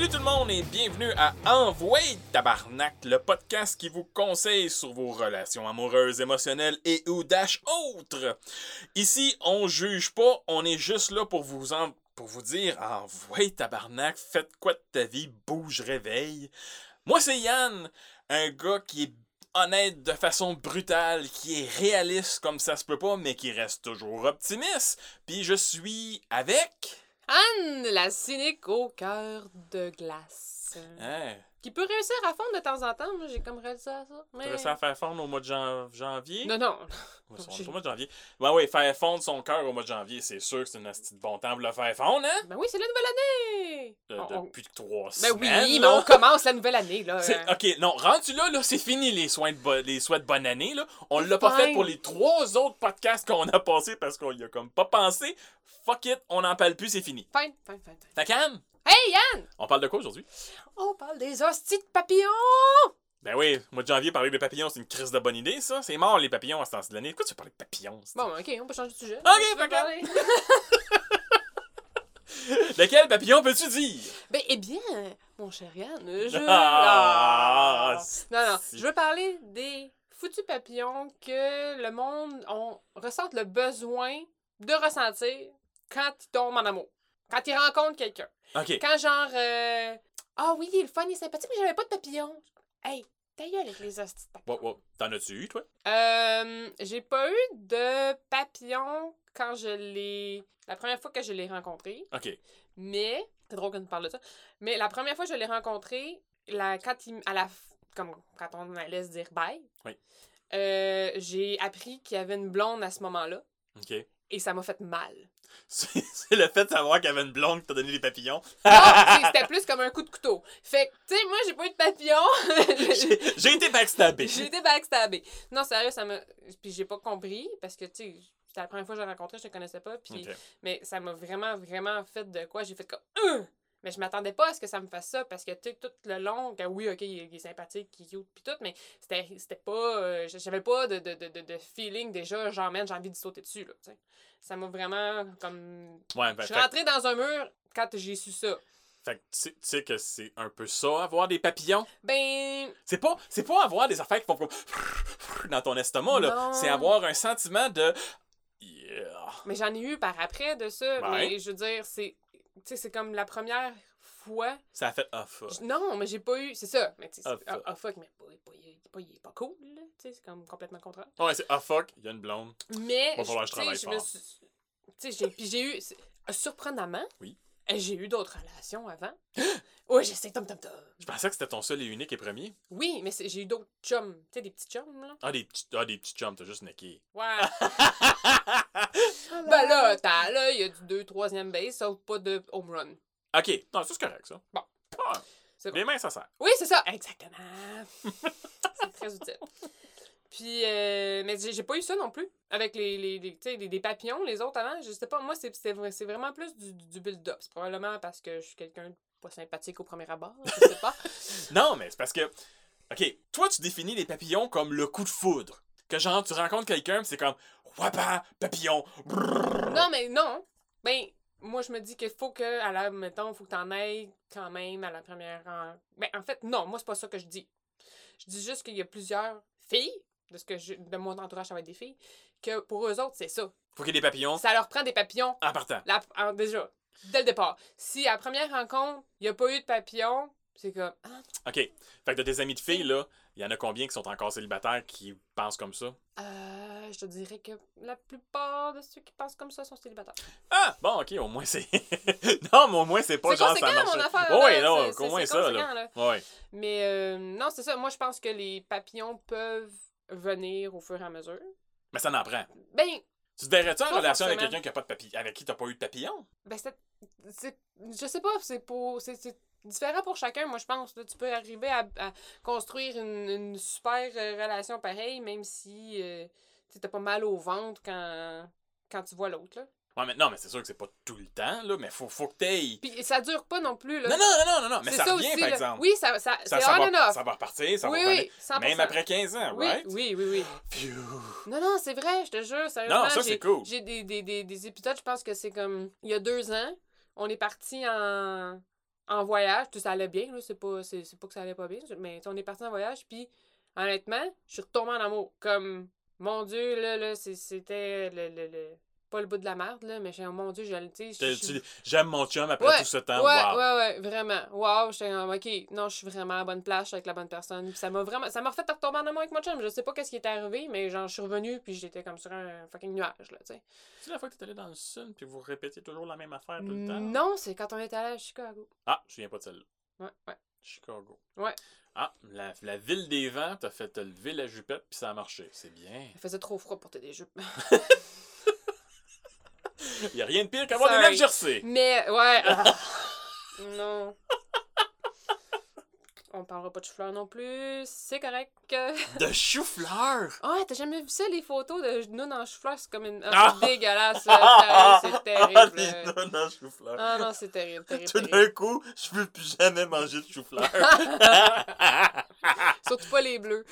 Salut tout le monde et bienvenue à Envoyer Tabarnak, le podcast qui vous conseille sur vos relations amoureuses, émotionnelles et ou dash autres. Ici, on juge pas, on est juste là pour vous dire Envoyer Tabarnak, faites quoi de ta vie, bouge, réveille. Moi c'est Yann, un gars qui est honnête de façon brutale, qui est réaliste comme ça se peut pas, mais qui reste toujours optimiste. Puis je suis avec... Anne, la cynique au cœur de glace. Hein? Qui peut réussir à fondre de temps en temps. Moi, j'ai comme réussi à ça. Tu réussi à faire fondre au mois de janvier? Non, non. Au mois de janvier. Ben oui, faire fondre son cœur au mois de janvier, c'est sûr que c'est un petit bon temps pour le faire fondre, hein? Ben oui, c'est la nouvelle année! Depuis 3 Ben semaines. oui, mais là. on commence la nouvelle année, là. OK, non, rendu là, c'est fini les souhaits de bonne année, là. On l'a pas fait pour les 3 autres podcasts qu'on a passés parce qu'on y a comme pas pensé. Fuck it, on n'en parle plus, c'est fini. Fine. Fait qu'Anne, Hey, Yann! on parle de quoi aujourd'hui? On parle des hosties de papillons! Ben oui, au mois de janvier, parler de papillons, c'est une crise de bonne idée, ça. C'est mort, les papillons, à ce temps de l'année. Pourquoi tu veux parler de papillons? Bon, OK, on peut changer de sujet. OK, fait de quel papillon peux-tu dire? Ben, eh bien, mon cher Yann, je... Non, si. je veux parler des foutus papillons que le monde ressent le besoin de ressentir quand ils tombent en amour. Quand ils rencontrent quelqu'un. OK. Quand genre... Ah oui, il est le fun, il est sympathique, mais j'avais pas de papillons. Hey, ta gueule avec les hosties de papillons. Wow. T'en as-tu eu, toi? J'ai pas eu de papillons quand la première fois que je l'ai rencontré. OK. Mais... C'est drôle qu'on nous parle de ça. Mais la première fois que je l'ai rencontré, quand on allait se dire bye, Oui. j'ai appris qu'il y avait une blonde à ce moment-là. OK. Et ça m'a fait mal. C'est le fait de savoir qu'il y avait une blonde qui t'a donné des papillons. Non, c'était plus comme un coup de couteau. Fait que, tu sais, moi, j'ai pas eu de papillons. J'ai été backstabé. J'ai été backstabée. Non, sérieux, ça m'a... Puis j'ai pas compris, parce que, tu sais, c'était la première fois que je l'ai rencontré, je le connaissais pas, puis... OK. Mais ça m'a vraiment, vraiment fait de quoi? J'ai fait comme... Mais je m'attendais pas à ce que ça me fasse ça, parce que, tu sais, tout le long, que oui, OK, il est sympathique, il est cute, puis tout, mais c'était pas... j'avais pas de feeling déjà, genre, man, j'ai envie de sauter dessus, là, tu sais. Ça m'a vraiment, comme... Ouais, ben, je suis rentrée dans un mur quand j'ai su ça. Fait que tu sais que c'est un peu ça, avoir des papillons. Ben... C'est pas avoir des affaires qui font comme dans ton estomac, là. Non. C'est avoir un sentiment de... Yeah. Mais j'en ai eu par après de ça, Ouais. mais je veux dire, c'est... Tu sais, c'est comme la première fois... Ça a fait fuck. Non, mais j'ai pas eu... C'est ça. Mais tu sais, Fuck. fuck, mais il est pas cool, là. Tu sais, c'est comme complètement le contraire. Ouais, c'est fuck, il y a une blonde. Mais... Va falloir que je tu sais, travaille fort. Tu sais, puis j'ai eu... Surprenamment... Oui. J'ai eu d'autres relations avant. Oui, j'ai essayé tom. Je pensais que c'était ton seul et unique et premier. Oui, mais j'ai eu d'autres chums. Tu sais, des petits chums, là. Ah, des petits chums, t'as juste necké. Ouais. Ben là, il y a du 2, 3e base, sauf pas de home run. OK, non, ça c'est correct, ça. Bon. Ah, C'est bon. les mains, ça sert. Oui, c'est ça. Exactement. C'est très utile. Puis, mais j'ai pas eu ça non plus. Avec des papillons, les autres avant. Je sais pas, moi, c'est vraiment plus du build-up. C'est probablement parce que je suis quelqu'un de pas sympathique au premier abord. Je sais pas. Non, mais c'est parce que... OK, toi, tu définis les papillons comme le coup de foudre. Que genre, tu rencontres quelqu'un, pis c'est comme... Wapa, papillon. Brrr. Non, mais non. Ben, moi, je me dis qu'il faut que, mettons, faut que t'en ailles quand même à la première... Ben, en fait, non, moi, c'est pas ça que je dis. Je dis juste qu'il y a plusieurs filles, de mon entourage, ça va être des filles, que pour eux autres, c'est ça. Faut qu'il y ait des papillons Ça leur prend des papillons, en partant. déjà, dès le départ. Si à la première rencontre, il n'y a pas eu de papillons, c'est comme... OK. Fait que de tes amis de filles, là, il y en a combien qui sont encore célibataires qui pensent comme ça? Je te dirais que la plupart de ceux qui pensent comme ça sont célibataires. Ah! Bon, OK, au moins c'est... non, mais au moins c'est pas C'est genre ça conséquent, marche. mon affaire, Oh, oui, là. non, C'est au moins c'est ça, conséquent, là. là. Ouais. Mais non, c'est ça. Moi, je pense que les papillons peuvent venir au fur et à mesure. Mais ça n'en prend. Ben, Tu te verrais-tu en Pas relation avec forcément. quelqu'un qui a pas de papillon, avec qui t'as pas eu de papillon? ben je sais pas, c'est différent pour chacun, moi, je pense. Là, tu peux arriver à construire une super relation pareille, même si tu t'as pas mal au ventre quand tu vois l'autre, là. Ouais, mais non, mais c'est sûr que c'est pas tout le temps, là, mais faut que t'ailles. Puis ça dure pas non plus, là. Non, mais C'est ça revient, aussi, par là. exemple. Oui, c'est on and off. Ça va repartir, ça Oui, va revenir. oui, 100%. Même après 15 ans, Oui, right? oui. Phew. Non, c'est vrai, je te jure, sérieusement. Non, ça, c'est cool. J'ai des épisodes, je pense que c'est comme, il y a 2 ans, on est parti en en voyage, tout ça allait bien, là, c'est pas que ça allait pas bien, mais on est parti en voyage, puis honnêtement, je suis retombée en amour. Comme, mon Dieu, là c'était pas le bout de la merde, là, mais j'ai mon Dieu, J'aime mon chum après ouais, tout ce temps, ouais, wow. ouais, vraiment. Wow, j'étais comme, OK, non, je suis vraiment à la bonne place, je suis avec la bonne personne. Puis ça m'a refait retomber en amour avec mon chum. Je sais pas qu'est-ce qui est arrivé, mais genre, je suis revenue, puis j'étais comme sur un fucking nuage, là, tu sais. C'est la fois que t'es allé dans le sud, puis vous répétez toujours la même affaire tout le temps? Non, c'est quand on était allé à Chicago. Ah, je viens pas de celle-là. Ouais. Chicago. Ouais. Ah, la ville des vents, t'as fait te lever la jupette, puis ça a marché. C'est bien. Il faisait trop froid pour porter des jupes. Il y a rien de pire qu'avoir des Sorry. lacs Jersey. Mais, ouais. Non. On parlera pas de chou-fleur non plus. C'est correct. De chou-fleur! Ah, t'as jamais vu ça, les photos de nous dans chou-fleur? C'est comme une... Ah! C'est dégueulasse. Là. C'est terrible. Les noms dans chou-fleur. Ah non, c'est terrible. Tout d'un coup, je veux plus jamais manger de chou-fleur. Surtout pas les bleus.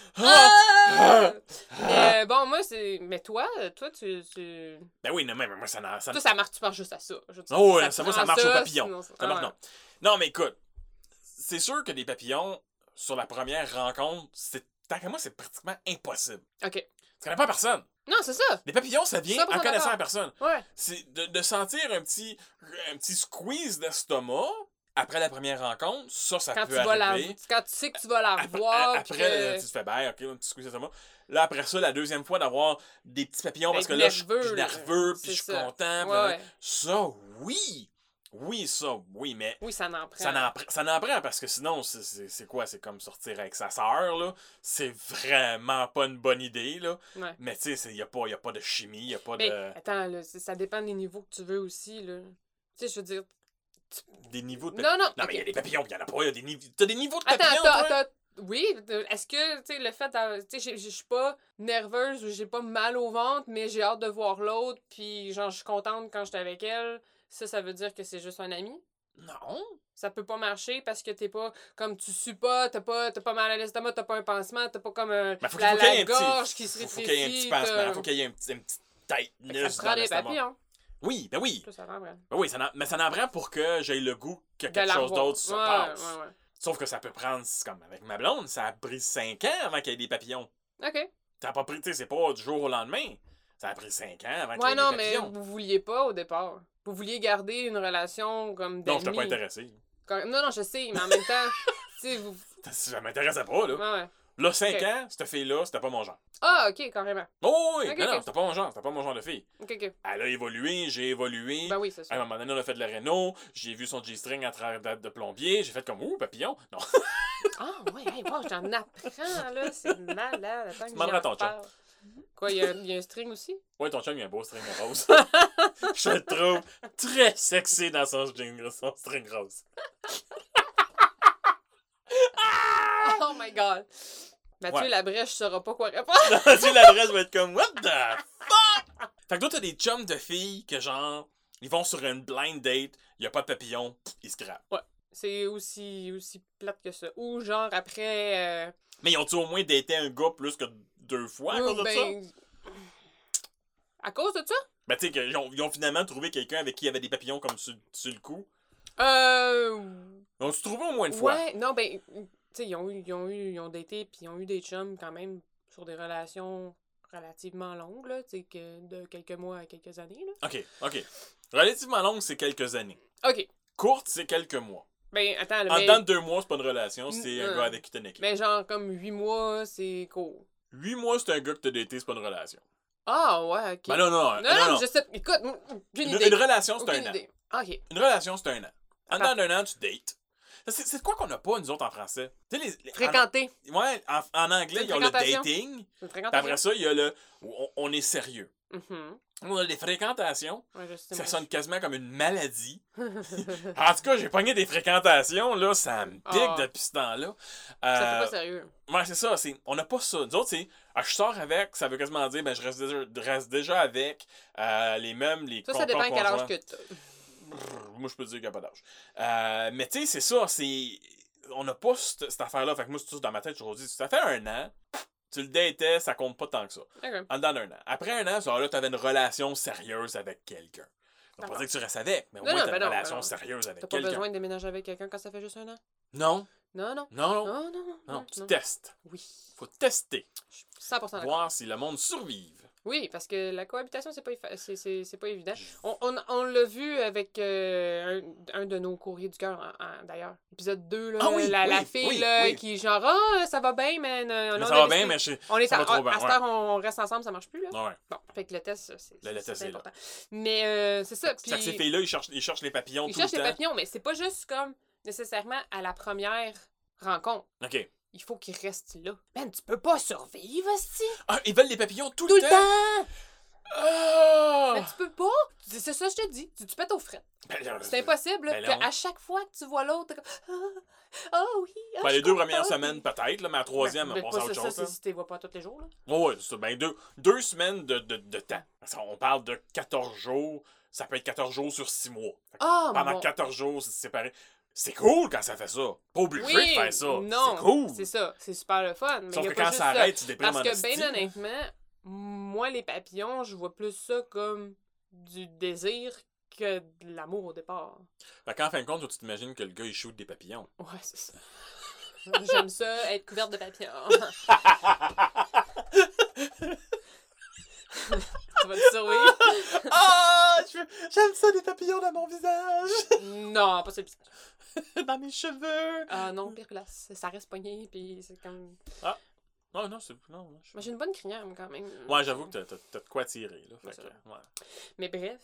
Ah! Mais bon, moi, c'est... Mais toi, tu... Ben oui, non, mais moi, ça Toi, ça marche, tu marches juste à ça. Oh, ouais, ça prend marche au papillon. sinon Ça marche, non. Non, mais écoute, c'est sûr que des papillons, sur la première rencontre, tant qu'à moi, c'est pratiquement impossible. OK. Tu connais pas personne. Non, c'est ça. Les papillons, ça vient 100% en connaissant d'accord. la personne. Ouais. C'est de sentir un petit squeeze d'estomac après la première rencontre, ça Quand peut tu vas arriver. quand tu sais que tu vas la revoir. Après, tu te fais, ben, ok, un petit squeeze d'estomac. Là, après ça, la deuxième fois, d'avoir des petits papillons, parce que là, je suis nerveux, puis je suis content. Ouais. Ça, oui! Oui, ça, oui, mais Oui, ça n'en prend. ça n'en prend parce que sinon, c'est quoi? C'est comme sortir avec sa sœur, là. C'est vraiment pas une bonne idée, là. Ouais. Mais tu sais, il n'y a pas de chimie, il n'y a pas Mais, de... attends, là, ça dépend des niveaux que tu veux aussi, là. Tu sais, je veux dire... Des niveaux de... Non, mais il y a des papillons, il n'y en a pas, il y a des niveaux... T'as des niveaux de papillons, Attends, oui, est-ce que, tu sais, le fait, tu sais, je suis pas nerveuse ou j'ai pas mal au ventre, mais j'ai hâte de voir l'autre, puis genre, je suis contente quand j'étais avec elle, ça veut dire que c'est juste un ami? Non. Ça peut pas marcher parce que t'es pas, comme tu sues pas, t'as pas mal à l'estomac, t'as pas un pansement, t'as pas comme la gorge qui se rétrécit. Faut qu'il y ait un petit pansement, faut qu'il y ait une petite tightness ça prend des papillons. Oui, ben oui. Ça prend, Ben oui, mais ça n'en prend pour que j'aie le goût que quelque chose d'autre se passe. Ouais. Sauf que ça peut prendre, comme avec ma blonde, ça a pris 5 ans avant qu'il y ait des papillons. OK. Ça a pas pris, tu sais, c'est pas du jour au lendemain. Ça a pris 5 ans avant qu'il y ait Ouais, non, des mais papillons. vous vouliez pas au départ. Vous vouliez garder une relation comme d'amis. Non, je t'ai pas intéressé. Non, je sais, mais en même temps, tu sais, vous... Ça m'intéressait pas, là. Ouais. Là, 5 ans, cette fille-là, c'était pas mon genre. Ah, OK, carrément. Oh oui, Ok, non, ok. c'était pas mon genre, c'était pas mon genre de fille. OK. Elle a évolué, j'ai évolué. Ben oui, c'est À ça. un moment donné, on a fait de la réno, j'ai vu son G-string à travers de plombier, j'ai fait comme, ouh, papillon. Non. Ah, ouais, hey, wow, j'en apprends, là, c'est malade. Attends que demanderas à ton j'en parle. Quoi, il y a un string aussi? Ouais, ton chum, il a un beau string rose. Je le trouve très sexy dans son string rose. Oh my god. Mathieu, Ouais. la brèche, je sauras pas quoi répondre. Tu l'adresse va être comme, what the fuck? Fait que toi, t'as des chums de filles que genre, ils vont sur une blind date, y a pas de papillon, ils se grappent. C'est aussi plate que ça. Ou genre après... Mais ils ont-tu au moins daté un gars plus que 2 fois à cause de ça? À cause de ça? Ben, tu sais, qu'ils ont finalement trouvé quelqu'un avec qui il y avait des papillons comme sur le coup. Euh... Ils ont-tu trouvé au moins une fois? Ouais, non, ben, tu sais, ils ont daté, puis ils ont eu des chums quand même sur des relations relativement longues, là, tu sais, de quelques mois à quelques années, là. OK. Relativement longue, c'est quelques années. OK. Courte, c'est quelques mois. Ben, attends, En mais... dedans de 2 mois, c'est pas une relation, c'est un gars avec qui t'as une équipe. Mais genre, comme 8 mois, c'est court. 8 mois, c'est un gars que t'as daté, c'est pas une relation. Ah, ouais, OK. Ben non. je sais... Écoute, j'ai une idée. Une relation, c'est Aucune un an. idée. OK. Une relation, c'est un an. En Attends. dedans d'un an, tu dates. C'est quoi qu'on n'a pas, nous autres, en français? Tu sais, Fréquenter. Ouais, en anglais, C'est ils ont une le fréquentation. dating. C'est une Puis fréquentation. après ça, il y a le... On est sérieux. Mhm. On a des fréquentations. Ouais, je sais, Ça moi. sonne quasiment comme une maladie. En tout cas, j'ai pogné des fréquentations, là, ça me pique Ah. depuis ce temps-là. Ça fait pas sérieux. Ouais, c'est ça. On n'a pas ça. Nous autres, c'est. Je sors avec, ça veut quasiment dire, ben, je reste déjà avec les mêmes, les Ça dépend de quel âge conjoints. que t'as. Moi, je peux te dire qu'il n'y a pas d'âge. Mais tu sais, c'est ça. On n'a pas cette affaire-là. Fait que moi, c'est tout dans ma tête, je me dis, ça fait un an, tu le datais, ça compte pas tant que ça. OK. En dedans d'un an. Après un an, là, tu avais une relation sérieuse avec quelqu'un. Ça veut pas dire que tu restes avec, mais au Non, moins non, t'as ben une non, relation ben non. sérieuse avec T'as pas quelqu'un. besoin de déménager avec quelqu'un quand ça fait juste 1 an? Non, Non, non. non, non, Non, non, non. non, tu testes. Oui. Faut tester. Je suis 100% d'accord. Voir si le monde survive. Oui, parce que la cohabitation, c'est pas, c'est pas évident. On l'a vu avec un de nos courriers du cœur, d'ailleurs. Épisode 2, là, Ah oui, la oui, fille oui, là, oui. qui genre, ah, ça va bien, mais Mais non, ça va bien, mais on est ça va trop bien, à cette heure, on reste ensemble, ça marche plus, là. ouais. Bon, fait que le test, Le test c'est est là. important. Mais c'est ça. C'est que ces Puis filles-là, ils cherchent les papillons ils tout le cherchent les temps. papillons, mais c'est pas juste comme nécessairement à la première rencontre. OK. Il faut qu'ils restent là. Man, tu peux pas survivre, aussi. Ah, ils veulent les papillons tout Tout le le temps? temps! Ah! Mais tu peux pas. C'est ça, je te dis. Tu pètes aux frettes. Ben là, C'est impossible. ben non. À chaque fois que tu vois l'autre, t'es comme ah oui. Ah, Ben, je les suis 2 premières contente. semaines, peut-être, là, mais la troisième, Ben, on passe pas à autre ça, chose. c'est si tu les vois pas tous les jours. Là. Ouais, c'est ça. Ben, 2 semaines de temps. Parce qu'on parle de 14 jours. Ça peut être 14 jours sur 6 mois. Fait que Ah, pendant bon. 14 jours, c'est séparé. C'est cool quand ça fait ça. Pas obligé Oui, de faire ça. non, C'est cool. c'est ça. C'est super le fun. Mais Sauf y a que pas quand juste ça arrête, tu déprimes Parce en que, esti, ben là. honnêtement, moi, les papillons, je vois plus ça comme du désir que de l'amour au départ. Fait qu'en fin de compte, toi, tu t'imagines que le gars, il shoot des papillons. Ouais, c'est ça. J'aime ça, être couverte de papillons. Tu vas te survivre? Ah! J'aime ça, des papillons dans mon visage! Non, pas sur le visage. Dans mes cheveux! Ah non, pire place. Ça reste pogné, puis c'est comme... Non, non, c'est... Non, Moi, j'ai une bonne crinière, quand même. Ouais, j'avoue que t'as de quoi tirer, là. Fait C'est que, ça. ouais. Mais bref.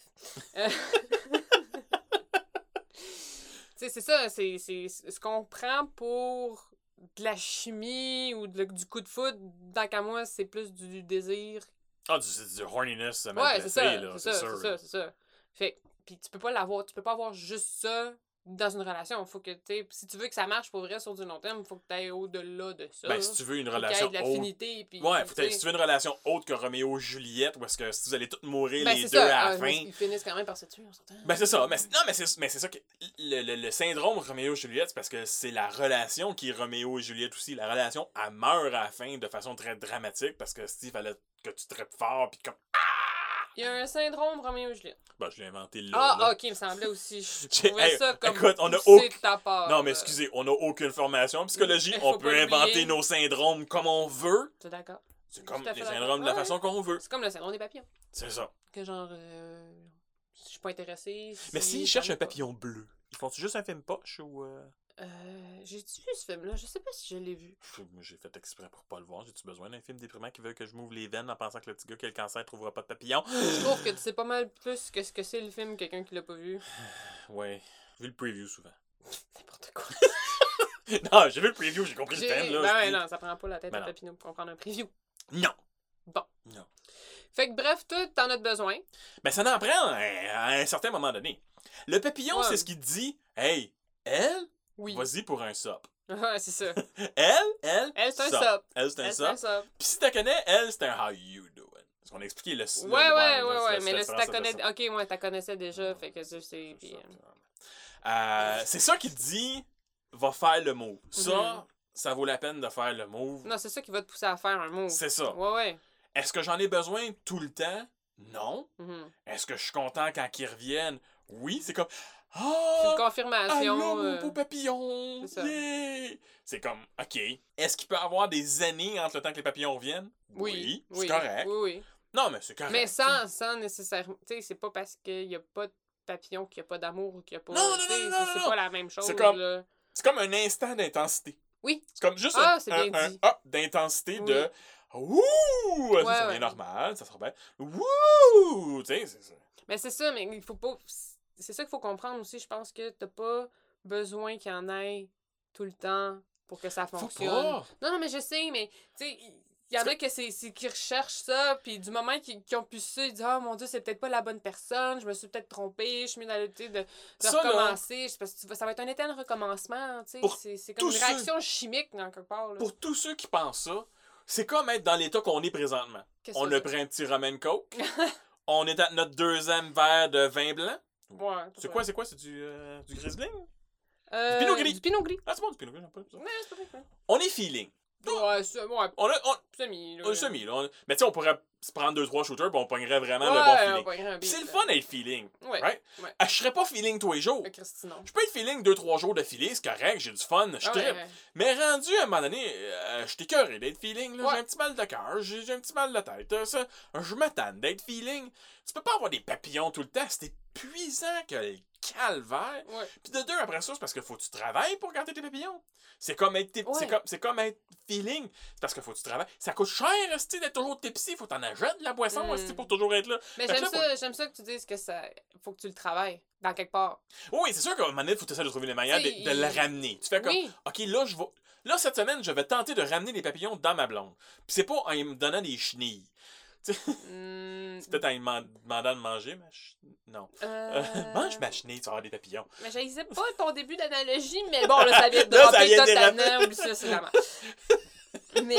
Tu sais, c'est ça. C'est ce qu'on prend pour de la chimie ou du coup de foudre. Tant qu'à moi, c'est plus du désir. Ah, c'est du horniness mal Ouais, placé, c'est ça. là, C'est sûr. ça, c'est ça. Fait puis tu peux pas l'avoir. Tu peux pas avoir juste ça dans une relation. Faut que, tu sais, si tu veux que ça marche pour vrai sur du long terme, il faut que tu ailles au-delà de ça. Ben, si tu veux une Faut qu'il y ait relation de haute... l'affinité. Puis, Ouais, tu sais. si tu veux une relation haute que Roméo et Juliette, où est-ce que si vous allez tous mourir Ben, les c'est deux ça. à la fin... Ils finissent quand même par se tuer, on s'entend. Ben, c'est ça. Mais c'est ça que... Le syndrome Roméo et Juliette, c'est parce que c'est la relation qui est Roméo et Juliette aussi. La relation, elle meurt à la fin de façon très dramatique parce que Steve fallait que tu traites fort pis comme... Il y a un syndrome Roméo et Juliette. Ben, je l'ai inventé là. Ah, là. ok, il me semblait aussi. Je J'ai- trouvais hey, ça comme écoute, on a poussé de ta part. Non, mais excusez, on n'a aucune formation en psychologie. Il faut On peut pas inventer l'oublier. nos syndromes comme on veut. T'es d'accord? C'est comme Tout à fait les d'accord. syndromes de la Ouais, façon qu'on veut. C'est comme le syndrome des papillons. C'est ça. Que genre, je suis pas intéressée. Mais s'ils cherchent un papillon bleu, ils font-tu juste un film poche ou... J'ai-tu vu ce film-là? Je sais pas si je l'ai vu. Moi, j'ai fait exprès pour pas le voir. J'ai-tu besoin d'un film déprimant qui veut que je m'ouvre les veines en pensant que le petit gars qui a le cancer trouvera pas de papillon? Je trouve que tu sais pas mal plus que ce que c'est le film, quelqu'un qui l'a pas vu. Ouais. J'ai vu le preview souvent. N'importe quoi. Non, j'ai vu le preview, j'ai compris le thème, là. Ben ouais, c'est- non, ça prend pas la tête Ben à non. Papineau pour comprendre un preview. Non. Bon. Non. Fait que bref, toi, t'en as besoin. Ben, ça en prend à un certain moment donné. Le papillon, Ouais. c'est ce qui te dit, hey, elle, Oui. vas-y pour un sop. Ouais, c'est ça. Elle, Elle, c'est un sop. sop. Elle, c'est un Elle, c'est un sop. sop. Puis si tu connais, elle, c'est un how you doing. Parce qu'on a expliqué le... Ouais. Mais là, si t'as connais... Ok, ouais, t'as connaissais déjà, fait que ça, c'est... Puis, c'est ça qui te dit, va faire le move. Ça, Mhm. ça vaut la peine de faire le move. Non, c'est ça qui va te pousser à faire un move. C'est ça. Ouais. Est-ce que j'en ai besoin tout le temps? Non. Mhm. Est-ce que je suis content quand ils reviennent? Oui, c'est comme... C'est une Ah! confirmation. Allô, mon beau papillon! c'est ça. Yeah! C'est comme, OK. Est-ce qu'il peut y avoir des années entre le temps que les papillons reviennent? Oui. c'est correct. Oui. Non, mais c'est correct. Mais sans nécessairement... Tu sais, c'est pas parce qu'il y a pas de papillon qu'il y a pas d'amour ou qu'il y a pas... Non, tu sais, non, c'est non. pas la même chose, C'est comme- là. C'est comme un instant d'intensité. Oui. C'est comme juste Ah, c'est un bien dit. up d'intensité Oui. de Ouh! Ça, ça ouais. devient normal, ça sera bien. Wouh! Tu sais, c'est ça. Mais c'est ça, mais il faut pas... C'est ça qu'il faut comprendre aussi. Je pense que t'as pas besoin qu'il y en ait tout le temps pour que ça Faut fonctionne. pas! Non, mais je sais, mais tu sais, il y en a que c'est qui recherchent ça, puis du moment qu'ils ont pu ça, ils disent « Ah, mon Dieu, c'est peut-être pas la bonne personne, je me suis peut-être trompée, je suis mieux dans le de Ça, là, recommencer. » Parce que ça va être un éternel recommencement, tu sais. Pour C'est comme tous une réaction chimique, dans quelque part. Là. Pour tous ceux qui pensent ça, c'est comme être dans l'état qu'on est présentement. Qu'est-ce On que a ça veut pris un petit rum and coke. On est à notre 2e verre de vin blanc. dire? Ouais. C'est quoi? C'est du Riesling? Du Pinot Gris. Du Pinot Gris. Ah, c'est bon, du Pinot Gris, j'aime pas ça. Ouais, c'est pas vrai. On est feeling. Ouais, c'est ouais, On a semi, là. un semi, là. Mais tu sais, on pourrait se prendre 2-3 shooters puis on pognerait vraiment le bon Ouais, on feeling. pognerait un Puis c'est beat, le là. fun d'être feeling. Ouais. Right? Ouais. Je serais pas feeling tous les jours. Christy, non. Je peux être feeling 2-3 jours de filer, c'est correct, j'ai du fun, je Ah ouais, trippe. ouais. Mais rendu à un moment donné, je t'écœuré d'être feeling, là. Ouais. J'ai un petit mal de cœur, j'ai un petit mal de tête. Je m'attends d'être feeling. Tu peux pas avoir des papillons tout le temps, c'est épuisant que le calvaire. Ouais. Puis de deux, après ça, c'est parce qu'il faut que tu travailles pour garder tes papillons. C'est comme être, Ouais. c'est comme être feeling. C'est parce qu'il faut que tu travailles. Ça coûte cher, esti, d'être toujours tipsy. Faut t'en achètes de la boisson, esti, pour toujours être là. Mais Fait que j'aime ça que tu dises que ça faut que tu le travailles dans quelque part. Oui, c'est sûr qu'à un moment donné, il faut essayer de trouver les manières de le ramener. Tu fais comme, Oui. OK, là, là, cette semaine, je vais tenter de ramener les papillons dans ma blonde. Puis c'est pas en me donnant des chenilles. C'est peut-être en lui demandant de manger, mais non. Mange ma chenille, tu vas avoir des papillons. Mais je sais pas ton début d'analogie, mais bon, là, ça vient de Là, ça dropper vient de totalement. Oublie ça, c'est la merde. Mais...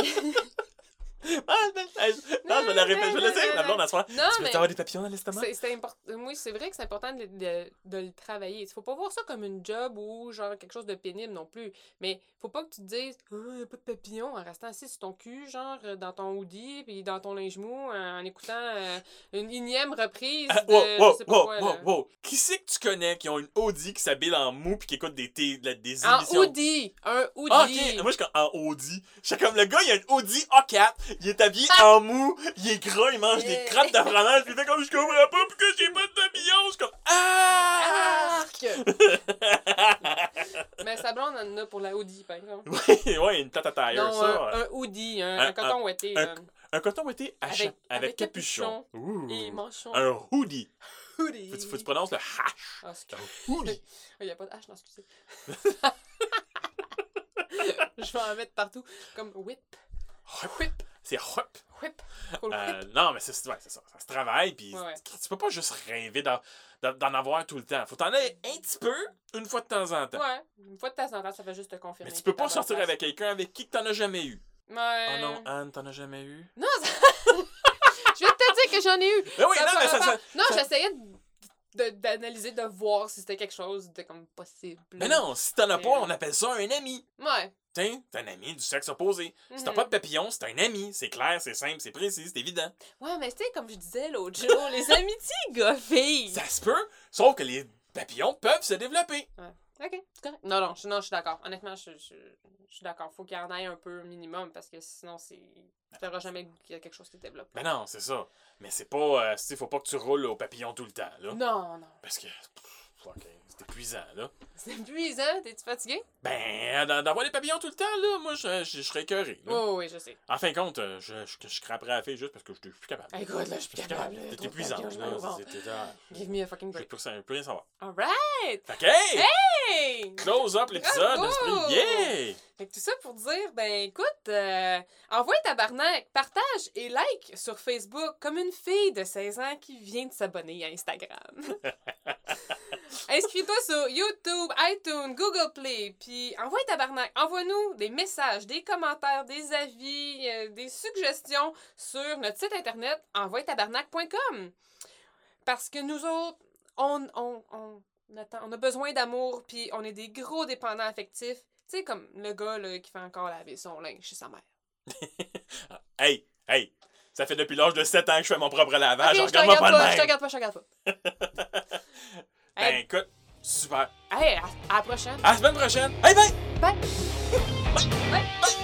Non, je vais la répéter. Je vais laisser ma blonde à soir. Non, Tu veux mais avoir des papillons dans l'estomac? Oui, c'est vrai que c'est important de le travailler. Il faut pas voir ça comme une job ou genre quelque chose de pénible non plus. Mais faut pas que tu te dises « Oh, y a pas de papillons » en restant assis sur ton cul, genre dans ton hoodie, puis dans ton linge mou, en écoutant une énième reprise de je sais pas quoi, là. Wow. Qui c'est que tu connais qui ont une Audi qui s'habille en mou puis qui écoute des émissions? En hoodie! Un hoodie! Ah, ok! Moi, je suis en Audi. Je suis comme le gars, il a une Audi A4, il est habillé en mou, il est gras, il mange des crottes de fromage, puis il fait comme je comprends pas pourquoi j'ai pas de papillons. Je suis comme Arc! Mais sa blonde en a pour la hoodie, par exemple. Ouais, une tata tire, Non, ça. un hoodie, un coton ouetté. Un coton ouetté avec capuchon. Ouh. Et manchon. Un hoodie. Hoodie. Faut que tu prononces le hash. Ah, c'est Un hoodie. Il n'y a pas de H, non, excusez. Je vais en mettre partout. Comme whip. Whip. C'est whip. Whip. Cool whip. Non, mais c'est ça. Ça se travaille, puis Ouais. tu peux pas juste rêver d'en avoir tout le temps. Faut t'en aller un petit peu, une fois de temps en temps. Ouais. Une fois de temps en temps, ça fait juste te confirmer. Mais tu peux que pas t'as la sortir bonne avec quelqu'un avec qui t'en as jamais eu. Ouais. Oh non, Anne, t'en as jamais eu? Non, je viens de te dire que j'en ai eu. Mais oui, Ça non, a mais pas ça... rapport. Non, j'essayais d'analyser, de voir si c'était quelque chose de comme possible. Mais non, si t'en as pas, on appelle ça un ami. Ouais. Tiens, t'es un ami du sexe opposé. Si t'as Mhm. pas de papillon, c'est un ami. C'est clair, c'est simple, c'est précis, c'est évident. Ouais, mais tu sais, comme je disais l'autre jour, les amitiés gars-filles. Ça se peut, sauf que les papillons peuvent se développer. Ok, c'est correct. Non, je suis d'accord. Honnêtement, je suis d'accord. Faut qu'il y en ait un peu minimum parce que sinon, tu n'auras jamais qu'il y a quelque chose qui se développe. Ben non, c'est ça. Mais c'est pas... faut pas que tu roules au papillon tout le temps, là. Non. Parce que... OK, c'est épuisant, là. C'est épuisant. T'es-tu fatigué? Ben, d'avoir des papillons tout le temps, là, moi, je serais écœuré, là. Oh, oui, je sais. En fin de compte, je craperais à la fille juste parce que je suis plus capable. Écoute, là, je suis plus capable. C'est Trop de épuisant, papillons, là. bon. Give me a fucking Je break. peux rien savoir. Alright! Fait que, hey! Hey! Close up l'épisode, Bravo! esprit. Yeah! Fait que tout ça pour dire, ben écoute, envoie tabarnak, partage et like sur Facebook comme une fille de 16 ans qui vient de s'abonner à Instagram. Inscris-toi sur YouTube, iTunes, Google Play, puis envoie tabarnak. Envoie-nous des messages, des commentaires, des avis, des suggestions sur notre site internet envoyetabarnak.com. Parce que nous autres, on a besoin d'amour, puis on est des gros dépendants affectifs. Tu sais, comme le gars là, qui fait encore laver son linge chez sa mère. Hey! Ça fait depuis l'âge de 7 ans que je fais mon propre lavage. Ok, Regarde-moi pas de je te même! regarde pas. Ben Hey. écoute, super. Hey, à la prochaine. À la semaine prochaine! Hey, bye! Bye. Bye! Bye.